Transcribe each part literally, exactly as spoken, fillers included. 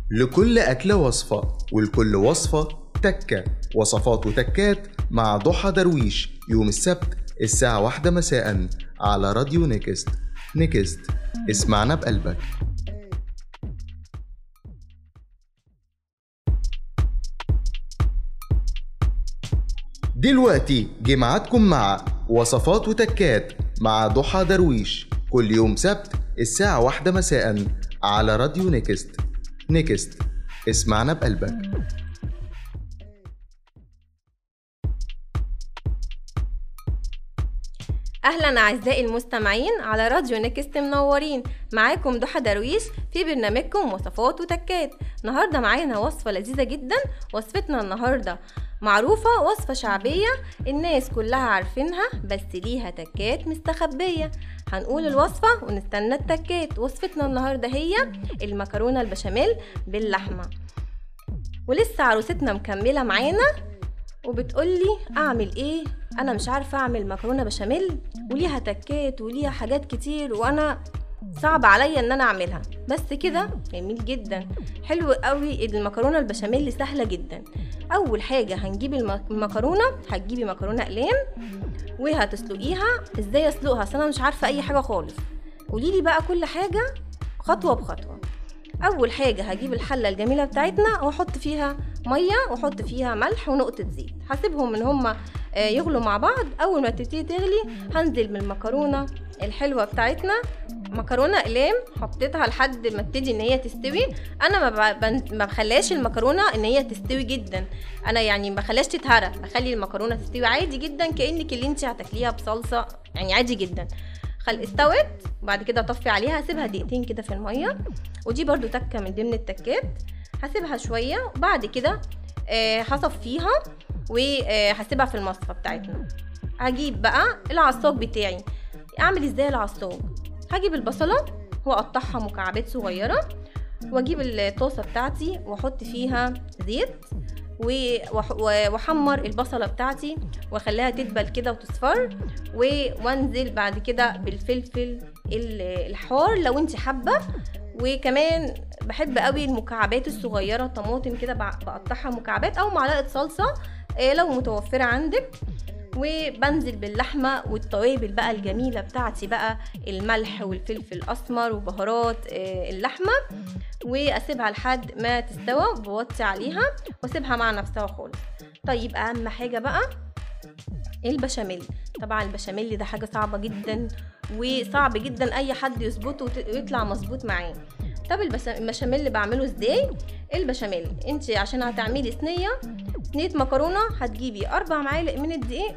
لكل أكلة وصفة، ولكل وصفة تكة. وصفات وتكات مع ضحى درويش، يوم السبت الساعة واحدة مساء على راديو نيكست. نيكست، اسمعنا بقلبك. دلوقتي جه ميعادكم مع وصفات وتكات مع ضحى درويش، كل يوم سبت الساعة واحدة مساء على راديو نيكست. نيكست، اسمعنا بقلبك. اهلا اعزائي المستمعين على راديو نيكست، منورين معاكم ضحى درويش في برنامجكم وصفات وتكات. النهارده معانا وصفه لذيذه جدا. وصفتنا النهارده معروفه، وصفه شعبيه الناس كلها عارفينها، بس ليها تكات مستخبيه. هنقول الوصفه ونستنى التكات. وصفتنا النهارده هي المكرونه البشاميل باللحمه. ولسه عروستنا مكمله معانا وبتقولي اعمل ايه، انا مش عارفه اعمل مكرونه بشاميل وليها تكات وليها حاجات كتير وانا صعب عليا ان انا اعملها. بس كده جميل جدا، حلو قوي. المكرونه البشاميل سهله جدا. اول حاجه هنجيب المكرونه، هتجيبي مكرونه اقلام وهتسلقيها. ازاي اسلقها؟ انا مش عارفه اي حاجه خالص، قوليلي بقى كل حاجه خطوه بخطوه. اول حاجه هجيب الحله الجميله بتاعتنا واحط فيها ميه واحط فيها ملح ونقطه زيت، هسيبهم ان هما يغلوا مع بعض. اول ما تبتدي تغلي هنزل بالمكرونه الحلوه بتاعتنا، مكرونه اقلام حطيتها لحد ما تبتدي ان هي تستوي. انا ما ما بخليش المكرونه ان هي تستوي جدا، انا يعني ما بخليهاش تتهرى، بخلي المكرونه تستوي عادي جدا كانك اللي انت هتاكليها بصلصه، يعني عادي جدا. خل استوت، وبعد كده اطفي عليها، هسيبها دقيقتين كده في الميه. ودي برضو تكه من ضمن التكات. هسيبها شويه وبعد كده آه هصفيها وهسيبها في المصفى بتاعتنا. هجيب بقى العصاج بتاعي. اعمل ازاي العصاج؟ هجيب البصله واقطعها مكعبات صغيره، واجيب الطاسه بتاعتي واحط فيها زيت واحمر البصله بتاعتي واخليها تدبل كده وتصفر، وانزل بعد كده بالفلفل الحار لو انت حابه. وكمان بحب قوي المكعبات الصغيره، طماطم كده بقطعها مكعبات او معلقه صلصه لو متوفره عندك. وبنزل باللحمه والتوابل بقى الجميله بتاعتي بقى، الملح والفلفل الاسمر وبهارات اللحمه، واسيبها لحد ما تستوى. بوطي عليها واسيبها مع نفسها خالص. طيب اهم حاجه بقى البشاميل. طبعا البشاميل ده حاجه صعبه جدا وصعب جدا اي حد يظبطه ويطلع مظبوط معاه. طب البشاميل اللي بعمله ازاي؟ البشاميل انت عشان هتعملي صينيه صينيه مكرونه هتجيبي اربع معالق من الدقيق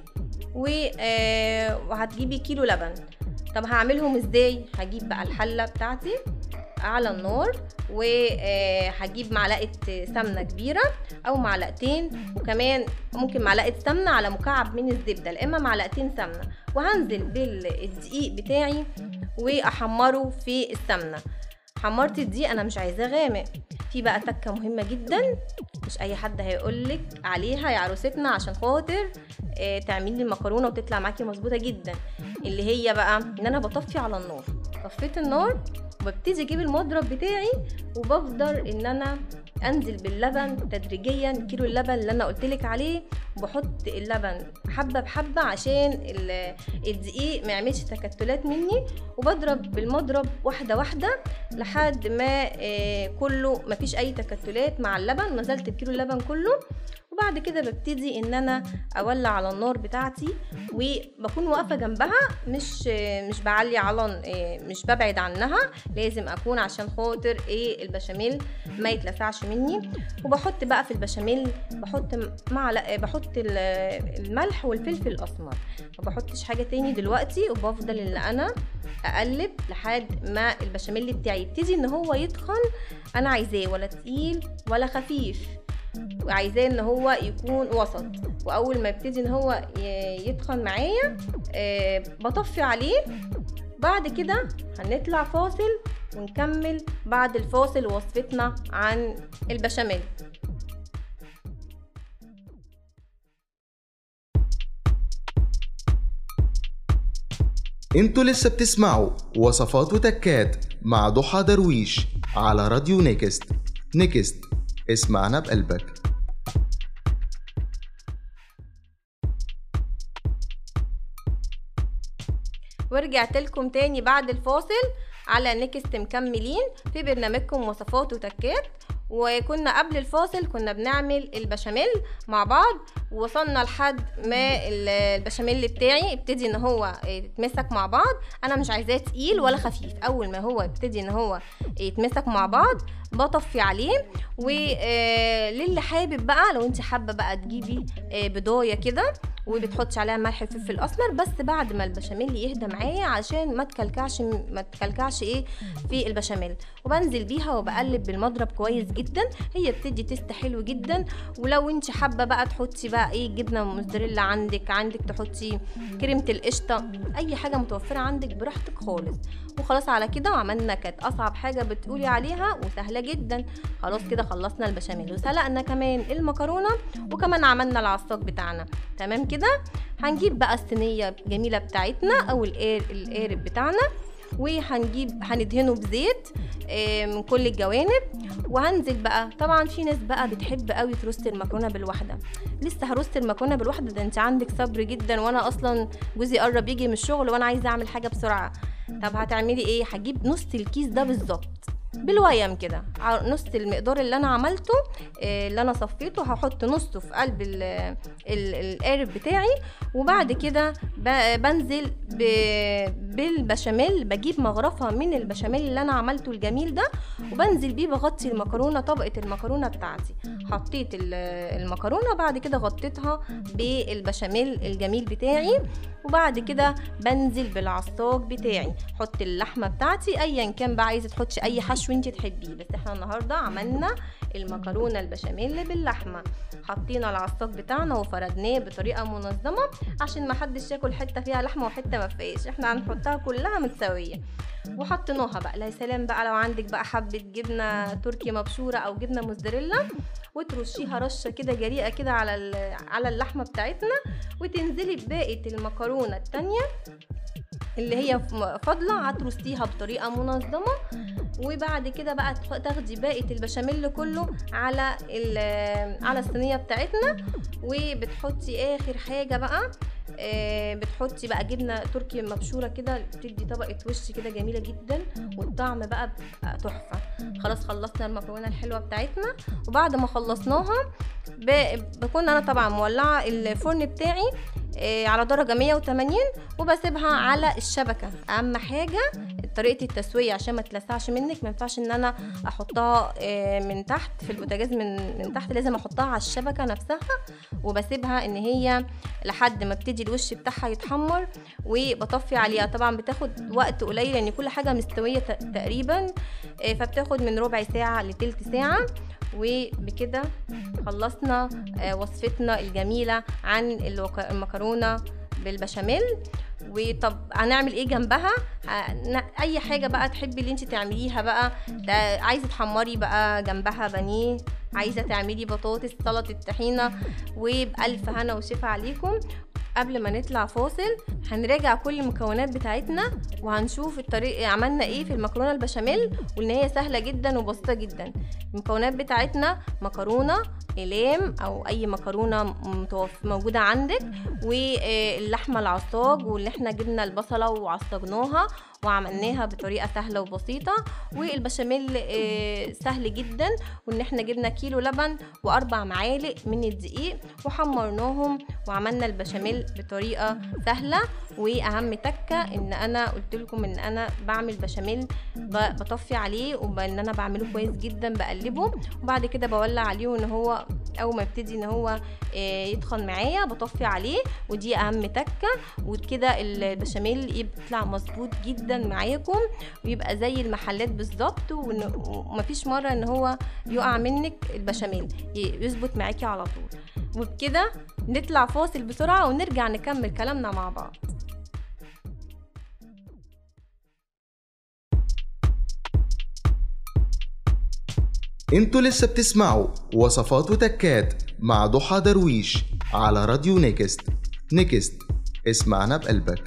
وهتجيبي كيلو لبن. طب هعملهم ازاي؟ هجيب بقى الحله بتاعتي على النار وهجيب معلقه سمنه كبيره او معلقتين، وكمان ممكن معلقه سمنه على مكعب من الزبده، لا اما معلقتين سمنه. وهنزل بالدقيق بتاعي واحمره في السمنه. حمرت الدقيق، انا مش عايزاه غامق. في بقى تكه مهمه جدا مش اي حد هيقولك عليها يا عروستنا عشان خاطر اه تعملي المكرونه وتطلع معاكي مظبوطه جدا، اللي هي بقى ان انا بطفي على النار. طفيت النار وببتدي اجيب المضرب بتاعي وبفضل ان انا انزل باللبن تدريجيا، كيلو اللبن اللي انا قلتلك عليه، وبحط اللبن حبه بحبه عشان الدقيق ما يعملش تكتلات مني، وبضرب بالمضرب واحده واحده لحد ما كله ما فيش اي تكتلات مع اللبن. نزلت بكيلو اللبن كله، وبعد كده ببتدي ان انا اولع على النار بتاعتي وبكون واقفه جنبها، مش مش بعلي على مش ببعد عنها، لازم اكون عشان خاطر ايه البشاميل ما يتلسعش مني. وبحط بقى في البشاميل بحط معلقه بحط الملح والفلفل الاسمر، ما بحطش حاجه تاني دلوقتي. وبفضل ان انا اقلب لحد ما البشاميل بتاعي يبتدي ان هو يتخن. انا عايزاه ولا تقيل ولا خفيف، وعايزاه ان هو يكون وسط. واول ما يبتدي ان هو يتخن معايا أه بطفي عليه. بعد كده هنطلع فاصل ونكمل بعد الفاصل وصفتنا عن البشاميل. انتوا لسه بتسمعوا وصفات وتكات مع ضحى درويش على راديو نيكست. نيكست، اسمعنا بقلبك. ورجعت لكم تاني بعد الفاصل على نيكست، مكملين في برنامجكم وصفات وتكات. وكنا قبل الفاصل كنا بنعمل البشاميل مع بعض، ووصلنا لحد ما البشاميل بتاعي ابتدي ان هو يتمسك مع بعض. انا مش عايزاه تقيل ولا خفيف، اول ما هو يبتدي ان هو يتمسك مع بعض بطفي عليه. وللي حابب بقى، لو انت حابه بقى تجيبي بضايه كده وبتحطي عليها ملح وفلفل اسمر، بس بعد ما البشاميل يهدى معايا عشان ما تكلكعش ما تكلكعش ايه في البشاميل. وبنزل بيها وبقلب بالمضرب كويس جدا، هي بتدي تيست حلو جدا. ولو انت حابه بقى تحطي بقى ايه جبنه موزاريلا عندك عندك تحطي كريمه القشطه، اي حاجه متوفره عندك براحتك خالص. وخلاص على كده وعملنا، كانت اصعب حاجه بتقولي عليها وسهله جدا. خلاص كده خلصنا البشاميل وسلقنا كمان المكرونه وكمان عملنا العصاق بتاعنا. تمام كده. هنجيب بقى الصينيه الجميله بتاعتنا او القارب بتاعنا، وهنجيب هندهنه بزيت من كل الجوانب. وهنزل بقى، طبعا في ناس بقى بتحب قوي تروست المكرونه بالواحده. لسه هروست المكرونه بالواحده؟ ده انت عندك صبر جدا، وانا اصلا جوزي قرب يجي من الشغل وانا عايزه اعمل حاجه بسرعه. طب هتعملي ايه؟ هجيب نص الكيس ده بالظبط بالويم كده، نص المقدار اللي انا عملته اللي انا صفيته هحط نصه في قلب القارب بتاعي. وبعد كده بنزل بالبشاميل، بجيب مغرفه من البشاميل اللي انا عملته الجميل ده وبنزل بيه، بغطي المكرونه طبقه المكرونه بتاعتي. حطيت المكرونه بعد كده غطيتها بالبشاميل الجميل بتاعي. وبعد كده بنزل بالعصاق بتاعي، حط اللحمه بتاعتي ايا كان بقى عايزه تحطي اي حشو انت تحبيه، بس احنا النهارده عملنا المكرونه البشاميل باللحمه. حطينا العصاق بتاعنا وفردناه بطريقه منظمه عشان ما حدش ياكل حته فيها لحمه وحته ما فيهاش، احنا هنحطها كلها متساويه. وحطيناها بقى. لا سلام بقى لو عندك بقى حبه جبنه تركي مبشوره او جبنه موزاريلا، وترشيها رشه كده جريئه كده على على اللحمه بتاعتنا، وتنزلي بباقي المكرونه التانيه اللي هي فاضله هترصيها بطريقه منظمه. وبعد كده بقى تاخدي باقي البشاميل كله على على الصينيه بتاعتنا، وبتحطي اخر حاجه بقى آه بتحطي بقى جبنه تركي مبشوره كده، بتدي طبقه وش كده جميله جدا، والطعم بقى تحفه. خلاص خلصنا المكرونه الحلوه بتاعتنا. وبعد ما خلصناها بكون انا طبعا مولعه الفرن بتاعي آه على درجه مية وتمانين، وبسيبها على الشبكه. اهم حاجه طريقه التسويه عشان ما تلسعش منك، ما ينفعش ان انا احطها آه من تحت في البوتاجاز من من تحت، لازم احطها على الشبكه نفسها. وبسيبها ان هي لحد ما ابتدي الوش بتاعها يتحمر، وبطفي عليها. طبعا بتاخد وقت قليل لان كل حاجه مستويه تقريبا، آه فبتاخد من ربع ساعه لتلت ساعه. وبكده خلصنا آه وصفتنا الجميله عن المكرونه بالبشاميل. وطب هنعمل ايه جنبها؟ اي حاجه بقى تحبي اللي انت تعمليها بقى. عايزه تحمري بقى جنبها بانيه، عايزه تعملي بطاطس، سلطه طحينه، وبالف هنا وشفا عليكم. قبل ما نطلع فاصل هنراجع كل المكونات بتاعتنا وهنشوف الطريقه عملنا ايه في المكرونه البشاميل، وان هي سهله جدا وبسيطه جدا. المكونات بتاعتنا مكرونه اقلام او اي مكرونه موجوده عندك، واللحمه العصاج، واللي احنا جبنا البصله وعصجناها وعملناها بطريقه سهله وبسيطه. والبشاميل سهل جدا، وان احنا جبنا كيلو لبن واربع معالق من الدقيق وحمرناهم وعملنا البشاميل بطريقه سهله. واهم تكه ان انا قلت لكم ان انا بعمل بشاميل بطفي عليه، وان انا بعمله كويس جدا بقلبه، وبعد كده بولع عليه ان هو اول ما يبتدي ان هو يتخن معايا بطفي عليه. ودي اهم تكه، وكده البشاميل يطلع مظبوط جدا معاكم ويبقى زي المحلات بالظبط، ومفيش مره ان هو يقع منك البشاميل، يظبط معاكي على طول. وبكده نطلع فاصل بسرعه ونرجع نكمل كلامنا مع بعض. انتوا لسه بتسمعوا وصفات وتكات مع ضحى درويش على راديو نيكست. نيكست، اسمعنا بقلبك.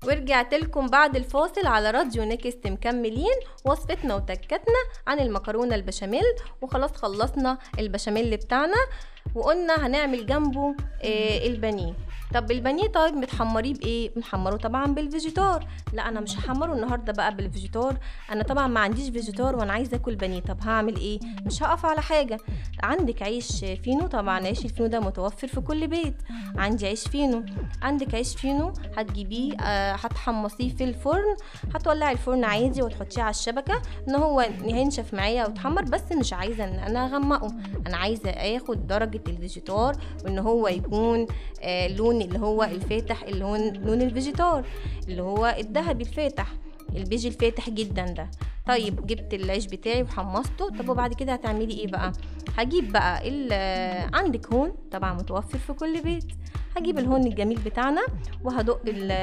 ورجعت لكم بعد الفاصل على راديو نيكست مكملين وصفتنا وتكتنا عن المكرونة البشاميل. وخلاص خلصنا البشاميل بتاعنا وقلنا هنعمل جنبه آه البانيه. طب البانيه طيب بتحمريه بايه؟ بنحمره طبعا بالفيجيتار. لا انا مش هحمره النهارده بقى بالفيجيتار، انا طبعا ما عنديش فيجيتار وانا عايزه اكل بانيه. طب هعمل ايه؟ مش هقف على حاجه. عندك عيش فينو، طبعا عيش الفينو ده متوفر في كل بيت. عندي عيش فينو، عندك عيش فينو هتجيبيه آه هتحمصيه في الفرن، هتولعي الفرن عادي وتحطيه على الشبكه ان هو هينشف معايا ويتحمر، بس مش عايزه ان انا اغمقه، انا عايزه اخد درجه الفيجيتار وان هو يكون آه لون اللي هو الفاتح، اللي هو لون الفيجيتار اللي هو الذهبي الفاتح، البيجي الفاتح جدا ده. طيب جبت العيش بتاعي وحمصته. طب وبعد كده هتعملي ايه بقى؟ هجيب بقى عندك هون طبعا متوفر في كل بيت، هجيب الهون الجميل بتاعنا وهدق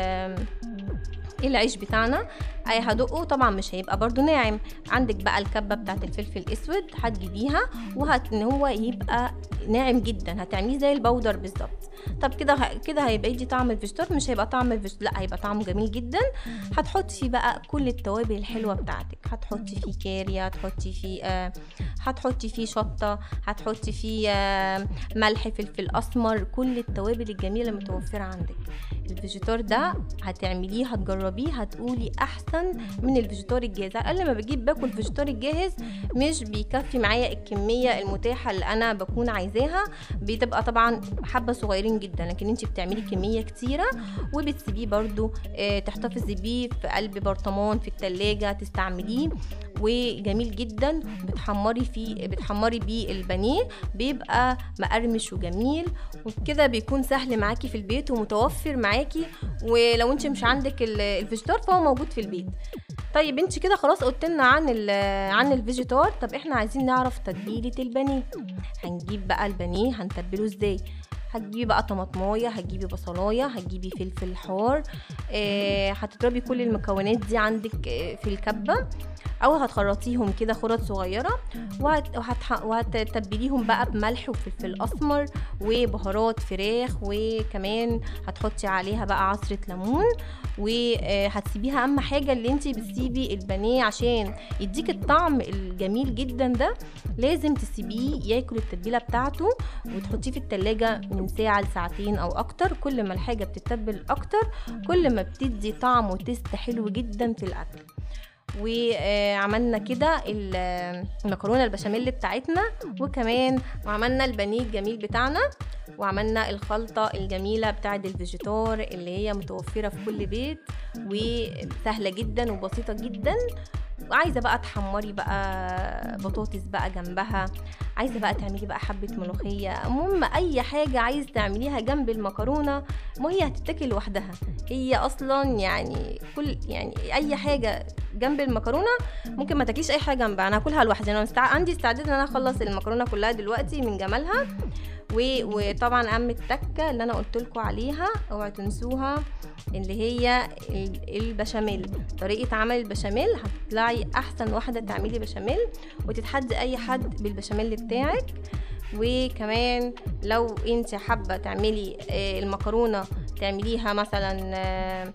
العيش بتاعنا، اي هدقه طبعا مش هيبقى برضو ناعم. عندك بقى الكبه بتاعت الفلفل الاسود هتجيبيها وهت ان هو يبقى ناعم جدا، هتعمليه زي البودر بالظبط. طب كده كده هيبقى يدي طعم الفيجيتار، مش هيبقى طعم الفيجيتار، لا هيبقى طعمه جميل جدا. هتحطي فيه بقى كل التوابل الحلوه بتاعتك، هتحطي فيه كاري، هتحطي فيه آه هتحطي فيه شطه، هتحطي فيه آه ملح، فلفل اسمر، كل التوابل الجميله المتوفره عندك. الفيجيتار ده هتعمليه هتجربيه هتقولي احسن من الفيجيتار الجاهز. اقل ما بجيب باكل الفيجيتار الجاهز مش بيكفي معايا الكميه المتاحه اللي انا بكون عايزاها، بتبقى طبعا حبه صغيرين جدا، لكن انت بتعملي كميه كتيره وبتسيبيه برضو اه تحتفظي بيه في قلب برطمان في التلاجة تستعمليه، وجميل جدا. بتحمري فيه بتحمري بيه البانيه بيبقى مقرمش وجميل، وكده بيكون سهل معاكي في البيت ومتوفر معاكي. ولو انت مش عندك الفيجيتار فهو موجود في البيت. طيب انت كده خلاص قلت لنا عن عن الفيجيتار. طب احنا عايزين نعرف تتبيله البانيه. هنجيب بقى البانيه هنتبله ازاي؟ هتجيبي بقى طماطمايه، هتجيبي بصلايه، هتجيبي فلفل حار، اه هتضربي كل المكونات دي عندك اه في الكبه او هتخرطيهم كده خرط صغيره، وهت... وهتتبليهم بقى بملح وفلفل اسمر وبهارات فراخ، وكمان هتحطي عليها بقى عصره ليمون، وهتسيبيها. اهم حاجه اللي انتي بتسيبي البانيه عشان يديك الطعم الجميل جدا ده، لازم تسيبيه ياكل التتبيله بتاعته وتحطيه في التلاجة من ساعه لساعتين او اكتر. كل ما الحاجه بتتبل اكتر كل ما بتدي طعم وتست حلو جدا في الاكل. وعملنا كده المكرونه البشاميل بتاعتنا، وكمان وعملنا البانيه الجميل بتاعنا، وعملنا الخلطه الجميله بتاعه الفيجيتار اللي هي متوفره في كل بيت وسهله جدا وبسيطه جدا. وعايزه بقى تحمري بقى بطاطس بقى جنبها، عايزه بقى تعملي بقى حبه ملوخيه، المهم اي حاجه عايز تعمليها جنب المكرونه، ما هي هتتاكل لوحدها هي اصلا. يعني كل يعني اي حاجه جنب المكرونه ممكن ما تاكليش اي حاجه جنبها، انا هاكلها لوحدي. انا مستع... عندي استعداد ان انا اخلص المكرونه كلها دلوقتي من جمالها. و... وطبعا اهم التكه اللي انا قلت لكم عليها اوعوا تنسوها، اللي هي البشاميل. طريقه عمل البشاميل هتطلعي احسن واحده تعملي بشاميل وتتحدي اي حد بالبشاميل بتاعك. وكمان لو انت حابه تعملي المكرونه تعمليها مثلا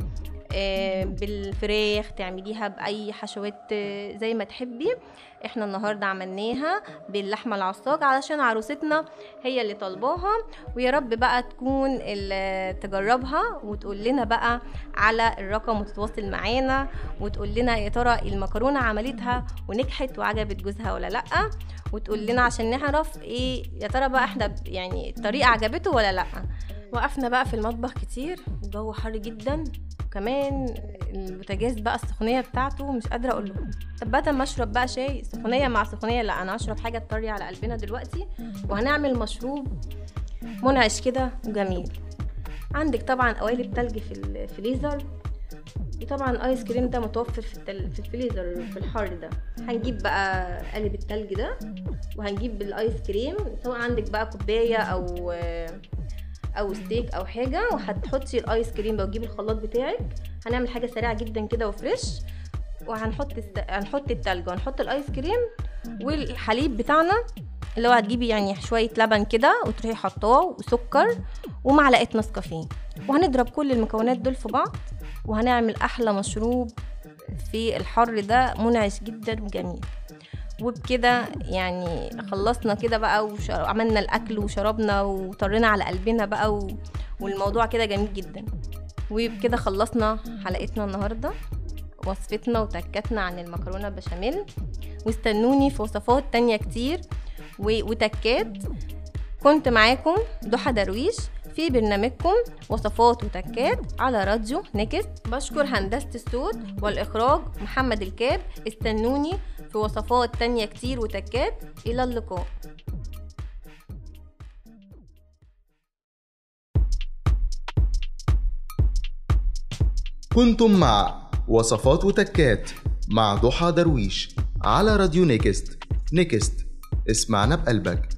بالفراخ، تعمليها باي حشوات زي ما تحبي. احنا النهارده عملناها باللحمه العصاج علشان عروستنا هي اللي طالباها، ويا رب بقى تكون تجربها وتقول لنا بقى على الرقم وتتواصل معانا وتقول لنا يا ترى المكرونه عملتها ونجحت وعجبت جوزها ولا لا، وتقول لنا عشان نعرف ايه يا ترى بقى احنا يعني الطريقه عجبته ولا لا. وقفنا بقى في المطبخ كتير، الجو حر جدا، وكمان البوتاجاز بقى السخونيه بتاعته مش قادره اقول لكم. طب بدل ما اشرب بقى شاي سخونيه مع سخونيه، لا انا هشرب حاجه تطري على قلبنا دلوقتي، وهنعمل مشروب منعش كده وجميل. عندك طبعا قوالب تلج في الفريزر، وطبعا الايس كريم ده متوفر في التل... في الفريزر في الحر ده. هنجيب بقى قالب التلج ده وهنجيب الايس كريم، سواء عندك بقى كوبايه او او ستيك او حاجه، وهتحطي الايس كريم بقى وتجيبي الخلاط بتاعك. هنعمل حاجه سريعه جدا كده وفريش، وهنحط الس... هنحط التلج وهنحط الايس كريم والحليب بتاعنا اللي هو هتجيبي يعني شويه لبن كده وتروحي حطاه وسكر ومعلقه نسكافيه، وهنضرب كل المكونات دول في بعض وهنعمل احلى مشروب في الحر ده منعش جدا وجميل. وبكده يعني خلصنا كده بقى وعملنا الاكل وشربنا وطرينا على قلبنا بقى و... والموضوع كده جميل جدا. وبكده خلصنا حلقتنا النهارده، وصفتنا وتكتنا عن المكرونه بشاميل. واستنوني في وصفات تانية كتير و... وتكات. كنت معاكم ضحى درويش في برنامجكم وصفات وتكات على راديو نيكست. بشكر هندسة الصوت والإخراج محمد الكاب. استنوني في وصفات تانية كتير وتكات. إلى اللقاء. كنتم مع وصفات وتكات مع ضحى درويش على راديو نيكست. نيكست، اسمعنا بقلبك.